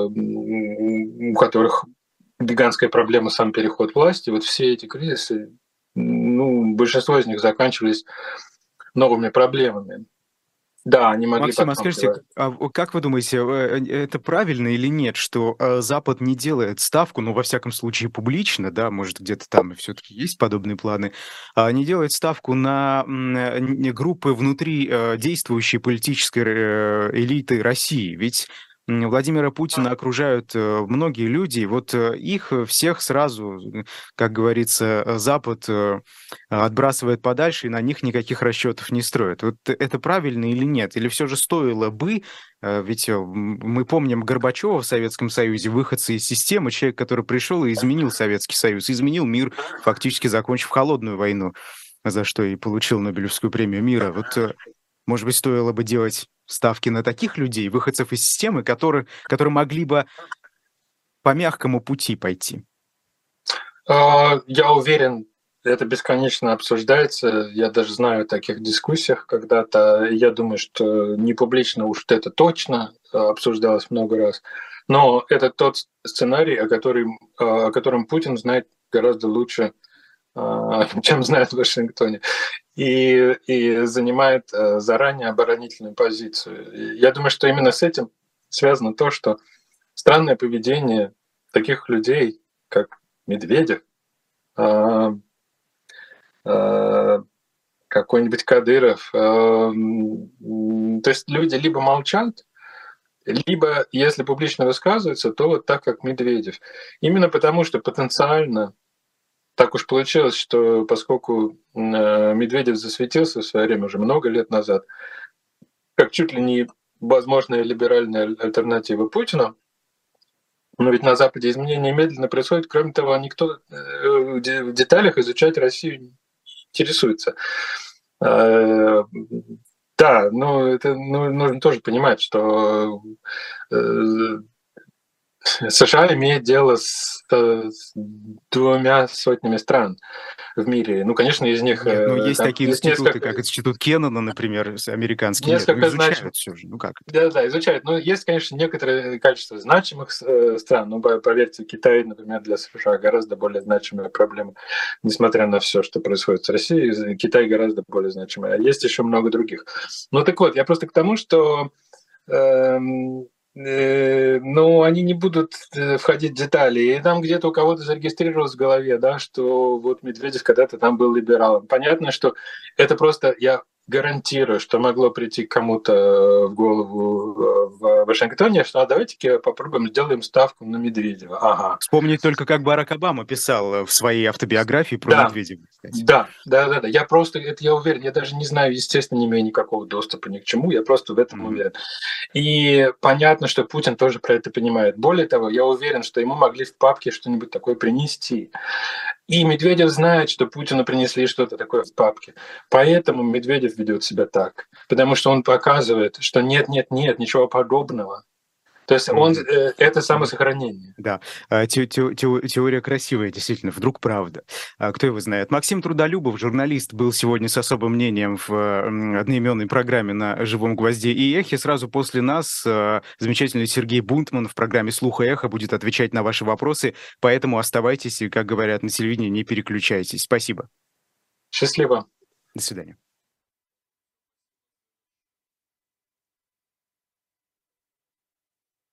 у которых гигантская проблема сам переход власти, вот все эти кризисы, ну, большинство из них заканчивались новыми проблемами. Да, они могли Максим, а потом... скажите, а как вы думаете, это правильно или нет, что Запад не делает ставку, ну, во всяком случае, публично, да, может, где-то там все-таки есть подобные планы, не делает ставку на группы внутри действующей политической элиты России? Ведь Владимира Путина окружают многие люди, и вот их всех сразу, как говорится, Запад отбрасывает подальше, и на них никаких расчетов не строит. Вот это правильно или нет? Или все же стоило бы, ведь мы помним Горбачева в Советском Союзе, выходца из системы, человек, который пришел и изменил Советский Союз, изменил мир, фактически закончив холодную войну, за что и получил Нобелевскую премию мира. Вот, может быть, стоило бы делать ставки на таких людей, выходцев из системы, которые, которые могли бы по мягкому пути пойти? Я уверен, это бесконечно обсуждается. Я даже знаю о таких дискуссиях когда-то. Я думаю, что не публично уж это точно обсуждалось много раз. Но это тот сценарий, о котором, о котором Путин знает гораздо лучше, чем знает в Вашингтоне, и, и занимает заранее оборонительную позицию. Я думаю, что именно с этим связано то, что странное поведение таких людей, как Медведев, какой-нибудь Кадыров. То есть люди либо молчат, либо, если публично высказываются, то вот так, как Медведев. Именно потому, что потенциально так уж получилось, что поскольку Медведев засветился в свое время, уже много лет назад, как чуть ли не возможная либеральная альтернатива Путину, но ведь на Западе изменения медленно происходят. Кроме того, никто в деталях изучать Россию не интересуется. Да, но это ну, нужно тоже понимать, что США имеет дело с, э, с двумя сотнями стран в мире. Ну, конечно, из них Нет, ну э, есть там такие есть институты, несколько, как Институт Кеннона, например, с- американский. Нет, ну несколько значимых. изучают все же, ну как это? Да-да, изучают. Но есть, конечно, некоторое количество значимых э, стран. Ну, по- поверьте, Китай, например, для США гораздо более значимая проблема, несмотря на все, что происходит с Россией. Китай гораздо более значимый. А есть еще много других. Ну так вот, я просто к тому, что эм, э, ну, они не будут э, входить в детали. И там где-то у кого-то зарегистрировалось в голове, да, что вот Медведев когда-то там был либералом. Понятно, что это просто я гарантирую, что могло прийти кому-то в голову э, в Вашингтоне, что а давайте-ка попробуем сделаем ставку на Медведева. Ага. Вспомнить только, как Барак Обама писал э, в своей автобиографии про Да, Медведева, кстати. да, да-да-да. Я просто, это я уверен, я даже не знаю, естественно, не имею никакого доступа ни к чему, я просто в этом Мгм. уверен. И понятно, что Путин тоже про это понимает. Более того, я уверен, что ему могли в папке что-нибудь такое принести. И Медведев знает, что Путину принесли что-то такое в папке. Поэтому Медведев ведет себя так. Потому что он показывает, что нет, нет, нет, ничего подобного. То есть он Мгм. э, это Мгм. самосохранение. Да, а, те- те- те- теория красивая, действительно, вдруг правда. А, Кто его знает? Максим Трудолюбов, журналист, был сегодня с особым мнением в м, одноименной программе на «Живом гвозде» и «Эхе». Сразу после нас а, замечательный Сергей Бунтман в программе «Слух и эхо» будет отвечать на ваши вопросы, поэтому оставайтесь и, как говорят на телевидении, не переключайтесь. Спасибо. Счастливо. До свидания.